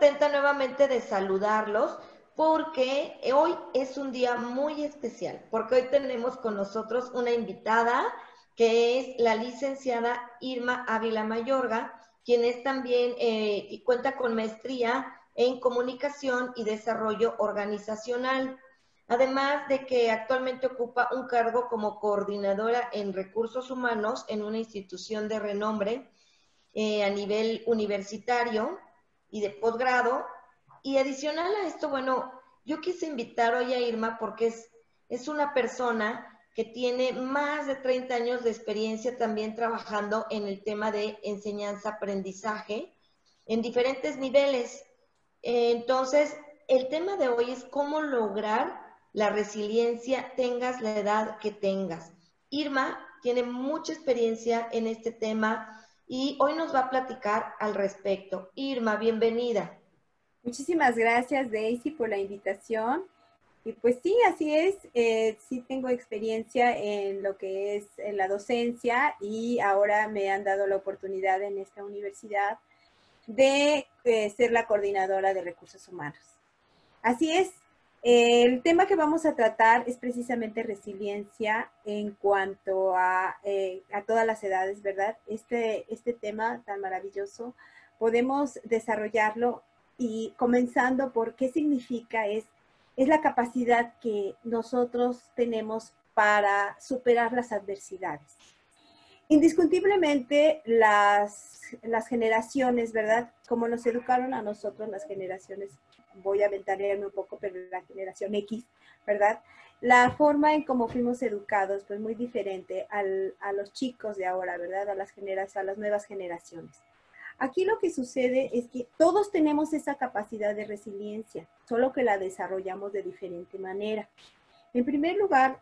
contenta nuevamente de saludarlos porque hoy es un día muy especial, porque hoy tenemos con nosotros una invitada que es la licenciada Irma Ávila Mayorga, quien es también y cuenta con maestría en comunicación y desarrollo organizacional. Además de que actualmente ocupa un cargo como coordinadora en recursos humanos en una institución de renombre a nivel universitario y de posgrado. Y adicional a esto, bueno, yo quise invitar hoy a Irma porque es una persona que tiene más de 30 años de experiencia también trabajando en el tema de enseñanza-aprendizaje en diferentes niveles. Entonces, el tema de hoy es cómo lograr la resiliencia, tengas la edad que tengas. Irma tiene mucha experiencia en este tema y hoy nos va a platicar al respecto. Irma, bienvenida. Muchísimas gracias, Daisy, por la invitación. Y pues sí, así es. Sí tengo experiencia en lo que es la docencia y ahora me han dado la oportunidad en esta universidad de ser la coordinadora de recursos humanos. Así es. El tema que vamos a tratar es precisamente resiliencia en cuanto a todas las edades, ¿verdad? Este tema tan maravilloso podemos desarrollarlo y comenzando por qué significa es la capacidad que nosotros tenemos para superar las adversidades. Indiscutiblemente las generaciones, ¿verdad? Como nos educaron a nosotros las generaciones, voy a ventanearme un poco, pero la generación X, ¿verdad? La forma en cómo fuimos educados, pues muy diferente a los chicos de ahora, ¿verdad? A las nuevas generaciones. Aquí lo que sucede es que todos tenemos esa capacidad de resiliencia, solo que la desarrollamos de diferente manera. En primer lugar,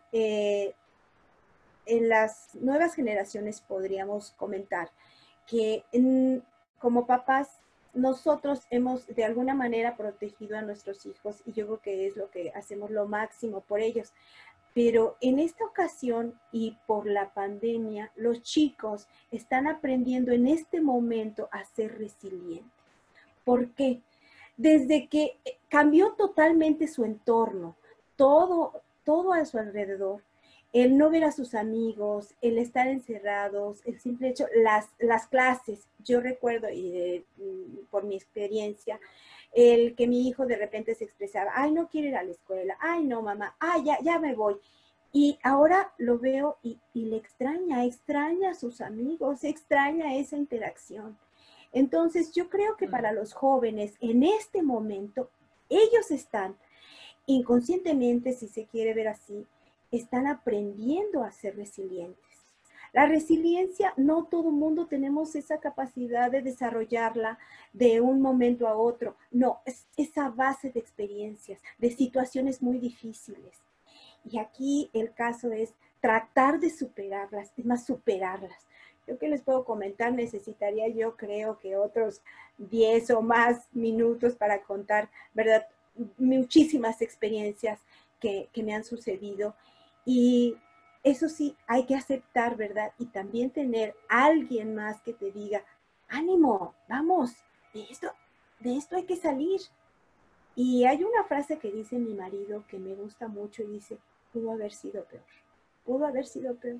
en las nuevas generaciones podríamos comentar que como papás nosotros hemos de alguna manera protegido a nuestros hijos y yo creo que es lo que hacemos lo máximo por ellos. Pero en esta ocasión y por la pandemia, los chicos están aprendiendo en este momento a ser resilientes. ¿Por qué? Desde que cambió totalmente su entorno, todo a su alrededor, el no ver a sus amigos, el estar encerrados, el simple hecho, las clases, yo recuerdo, y por mi experiencia, el que mi hijo de repente se expresaba, ay, no quiero ir a la escuela, ay, no, mamá, ay, ya me voy. Y ahora lo veo y le extraña a sus amigos, extraña esa interacción. Entonces, yo creo que para los jóvenes, en este momento, ellos están inconscientemente, si se quiere ver así, están aprendiendo a ser resilientes. La resiliencia, no todo el mundo tenemos esa capacidad de desarrollarla de un momento a otro. No, es esa base de experiencias, de situaciones muy difíciles. Y aquí el caso es tratar de superarlas, es más, superarlas. Yo que les puedo comentar, necesitaría yo creo que otros 10 o más minutos para contar, ¿verdad? Muchísimas experiencias que me han sucedido. Y eso sí, hay que aceptar, ¿verdad? Y también tener alguien más que te diga, ánimo, vamos, de esto hay que salir. Y hay una frase que dice mi marido que me gusta mucho y dice, pudo haber sido peor, pudo haber sido peor.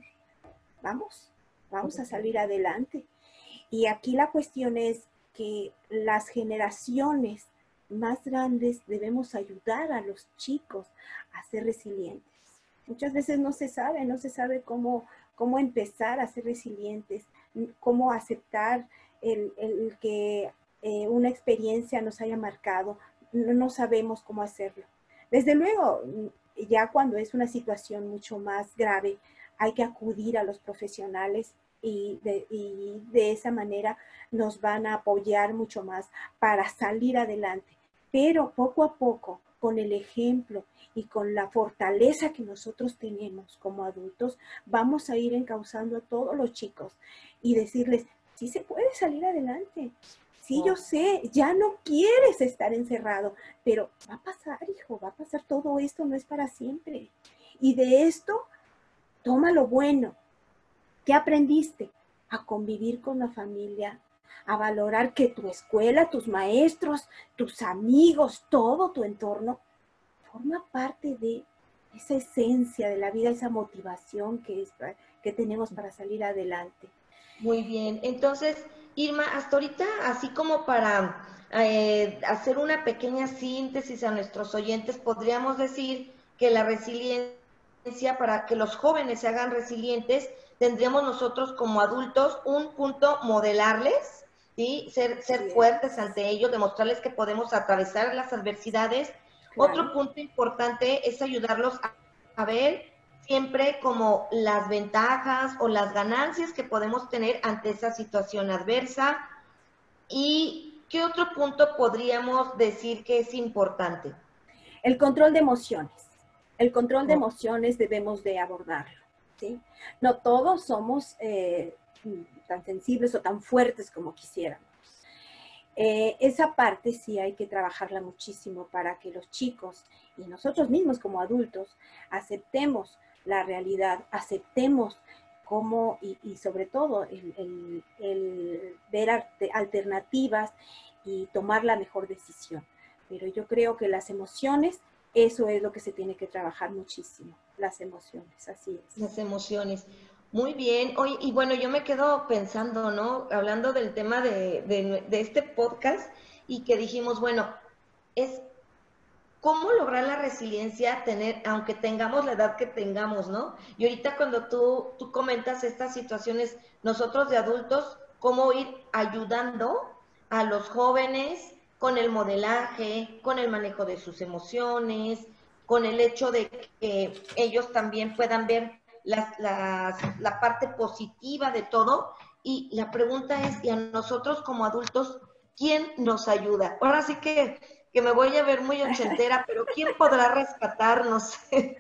Vamos a salir adelante. Y aquí la cuestión es que las generaciones más grandes debemos ayudar a los chicos a ser resilientes. Muchas veces no se sabe cómo empezar a ser resilientes, cómo aceptar el que una experiencia nos haya marcado. No sabemos cómo hacerlo. Desde luego, ya cuando es una situación mucho más grave, hay que acudir a los profesionales y de esa manera nos van a apoyar mucho más para salir adelante. Pero poco a poco, con el ejemplo y con la fortaleza que nosotros tenemos como adultos, vamos a ir encauzando a todos los chicos y decirles, sí se puede salir adelante. Sí, yo sé, ya no quieres estar encerrado, pero va a pasar, hijo, va a pasar, todo esto no es para siempre. Y de esto, toma lo bueno. ¿Qué aprendiste? A convivir con la familia a valorar que tu escuela, tus maestros, tus amigos, todo tu entorno forma parte de esa esencia de la vida, esa motivación que tenemos para salir adelante. Muy bien. Entonces, Irma, hasta ahorita, así como para hacer una pequeña síntesis a nuestros oyentes, podríamos decir que la resiliencia, para que los jóvenes se hagan resilientes, tendríamos nosotros como adultos un punto modelarles, ¿sí? Ser fuertes ante ellos, demostrarles que podemos atravesar las adversidades. Claro. Otro punto importante es ayudarlos a ver siempre como las ventajas o las ganancias que podemos tener ante esa situación adversa. ¿Y qué otro punto podríamos decir que es importante? El control de emociones. El control de emociones debemos de abordarlo, ¿sí? No todos somos tan sensibles o tan fuertes como quisiéramos. Esa parte sí hay que trabajarla muchísimo para que los chicos y nosotros mismos como adultos aceptemos la realidad, aceptemos cómo y sobre todo el ver alternativas y tomar la mejor decisión. Pero yo creo que las emociones, eso es lo que se tiene que trabajar muchísimo, las emociones, así es. Las emociones. Muy bien. Oye, y bueno, yo me quedo pensando, ¿no? Hablando del tema de este podcast y que dijimos, bueno, es cómo lograr la resiliencia, tener, aunque tengamos la edad que tengamos, ¿no? Y ahorita cuando tú comentas estas situaciones, nosotros de adultos, cómo ir ayudando a los jóvenes con el modelaje, con el manejo de sus emociones, con el hecho de que ellos también puedan ver la parte positiva de todo. Y la pregunta es, ¿y a nosotros como adultos, quién nos ayuda? Ahora sí que me voy a ver muy ochentera, pero ¿quién podrá rescatarnos?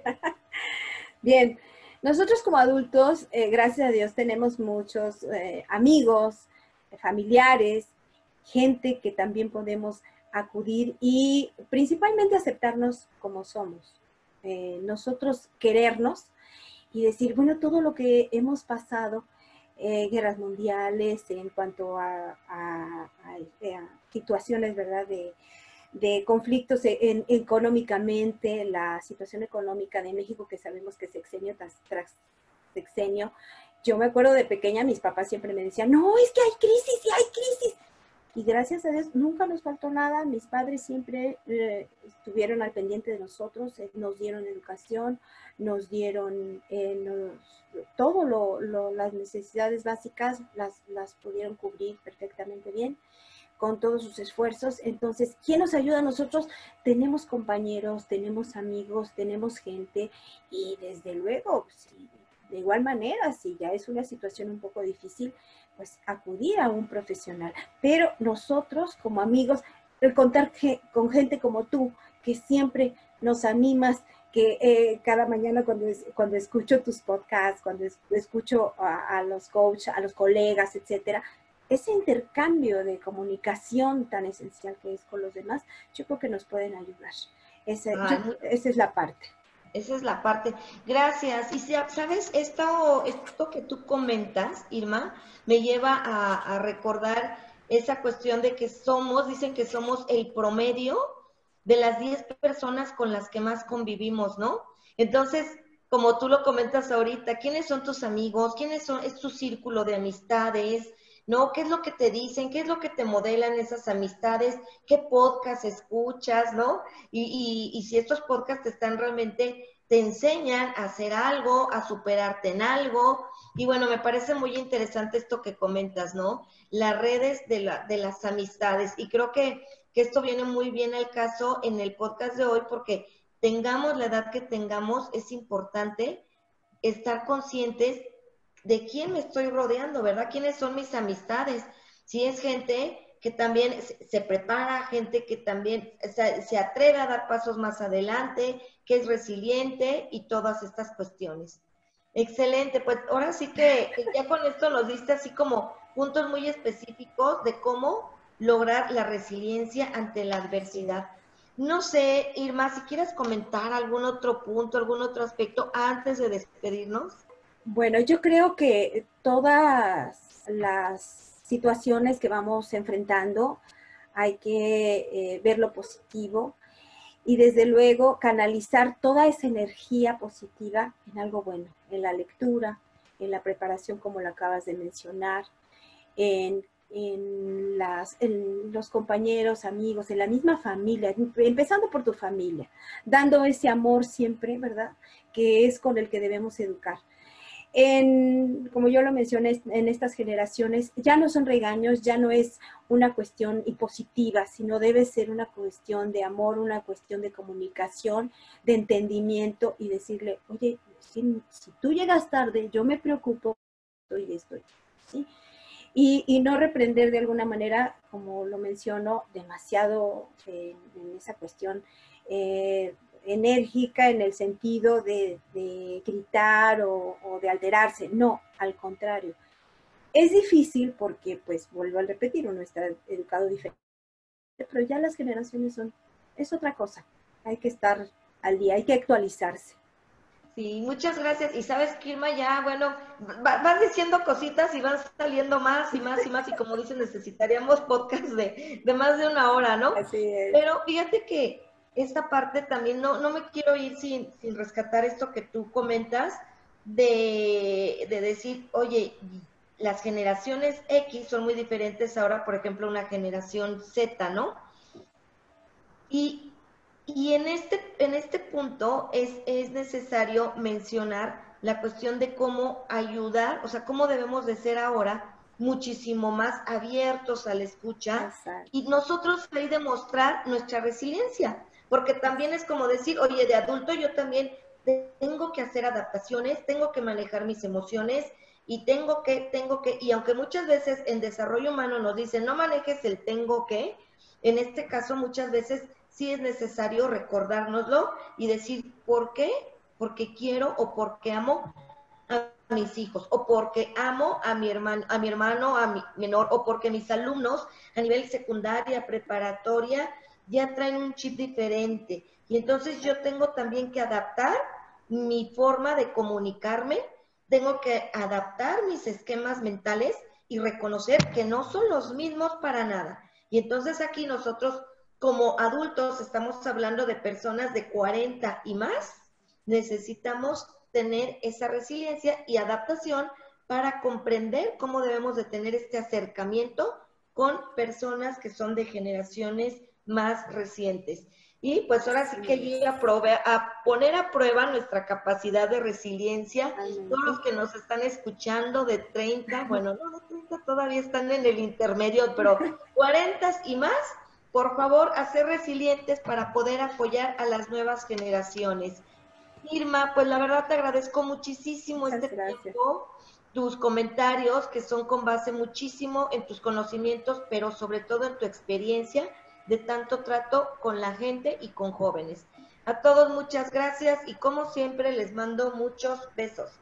Bien, nosotros como adultos, gracias a Dios, tenemos muchos amigos, familiares, gente que también podemos acudir y principalmente aceptarnos como somos. Nosotros querernos y decir, bueno, todo lo que hemos pasado, guerras mundiales, en cuanto a situaciones, ¿verdad?, de conflictos económicamente, la situación económica de México, que sabemos que sexenio tras sexenio. Yo me acuerdo de pequeña, mis papás siempre me decían, no, es que hay crisis y hay crisis. Y gracias a Dios nunca nos faltó nada, mis padres siempre estuvieron al pendiente de nosotros, nos dieron educación, nos dieron todo las necesidades básicas, las pudieron cubrir perfectamente bien con todos sus esfuerzos. Entonces, ¿quién nos ayuda a nosotros? Tenemos compañeros, tenemos amigos, tenemos gente y desde luego, sí, de igual manera, si ya es una situación un poco difícil, pues acudir a un profesional. Pero nosotros como amigos, el contar con gente como tú, que siempre nos animas, que cada mañana cuando escucho tus podcasts, cuando escucho a los coaches, a los colegas, etcétera, ese intercambio de comunicación tan esencial que es con los demás, yo creo que nos pueden ayudar. Esa es la parte. Esa es la parte. Gracias. Y sabes, esto que tú comentas, Irma, me lleva a recordar esa cuestión de que dicen que somos el promedio de las 10 personas con las que más convivimos, ¿no? Entonces, como tú lo comentas ahorita, ¿quiénes son tus amigos? Es tu círculo de amistades? ¿No? ¿Qué es lo que te dicen? ¿Qué es lo que te modelan esas amistades? ¿Qué podcast escuchas? ¿No? Y si estos podcasts te enseñan a hacer algo, a superarte en algo. Y bueno, me parece muy interesante esto que comentas, ¿no? Las redes de las amistades. Y creo que esto viene muy bien al caso en el podcast de hoy porque tengamos la edad que tengamos, es importante estar conscientes de quién me estoy rodeando, ¿verdad? ¿Quiénes son mis amistades? Si es gente que también se prepara, gente que también se atreve a dar pasos más adelante, que es resiliente y todas estas cuestiones. Excelente, pues ahora sí que ya con esto nos diste así como puntos muy específicos de cómo lograr la resiliencia ante la adversidad. No sé, Irma, si quieres comentar algún otro punto, algún otro aspecto antes de despedirnos. Bueno, yo creo que todas las situaciones que vamos enfrentando, hay que ver lo positivo y desde luego canalizar toda esa energía positiva en algo bueno, en la lectura, en la preparación como lo acabas de mencionar, en los compañeros, amigos, en la misma familia, empezando por tu familia, dando ese amor siempre, ¿verdad? Que es con el que debemos educar. Como yo lo mencioné, en estas generaciones ya no son regaños, ya no es una cuestión impositiva, sino debe ser una cuestión de amor, una cuestión de comunicación, de entendimiento y decirle, oye, si tú llegas tarde, yo me preocupo, estoy, ¿sí? Y no reprender de alguna manera, como lo menciono, demasiado en esa cuestión enérgica en el sentido de gritar o de alterarse. No, al contrario. Es difícil porque, pues, vuelvo a repetir, uno está educado diferente, pero ya las generaciones es otra cosa. Hay que estar al día, hay que actualizarse. Sí, muchas gracias. Y sabes, Kirma, ya, bueno, vas diciendo cositas y van saliendo más y más y más. Y como dicen, necesitaríamos podcast de más de una hora, ¿no? Así es. Pero fíjate que esta parte también, no me quiero ir sin rescatar esto que tú comentas de decir, oye, las generaciones X son muy diferentes ahora, por ejemplo, una generación Z, ¿no? Y en este punto es necesario mencionar la cuestión de cómo ayudar, o sea, cómo debemos de ser ahora muchísimo más abiertos a la escucha Exacto. y nosotros ahí demostrar nuestra resiliencia, porque también es como decir, oye, de adulto yo también tengo que hacer adaptaciones, tengo que manejar mis emociones y y aunque muchas veces en desarrollo humano nos dicen, no manejes el tengo que, en este caso muchas veces sí es necesario recordárnoslo y decir, ¿por qué? Porque quiero o porque amo a mis hijos, o porque amo a mi hermano, a mi menor, o porque mis alumnos a nivel secundaria, preparatoria, ya traen un chip diferente. Y entonces yo tengo también que adaptar mi forma de comunicarme, tengo que adaptar mis esquemas mentales y reconocer que no son los mismos para nada. Y entonces aquí nosotros como adultos estamos hablando de personas de 40 y más, necesitamos tener esa resiliencia y adaptación para comprender cómo debemos de tener este acercamiento con personas que son de generaciones más recientes. Y pues ahora sí que yo a poner a prueba nuestra capacidad de resiliencia. Todos los que nos están escuchando de 30, bueno, no de 30 todavía están en el intermedio, pero 40 y más, por favor, a ser resilientes para poder apoyar a las nuevas generaciones. Irma, pues la verdad te agradezco muchísimo este tiempo, tus comentarios que son con base muchísimo en tus conocimientos, pero sobre todo en tu experiencia de tanto trato con la gente y con jóvenes. A todos muchas gracias y como siempre les mando muchos besos.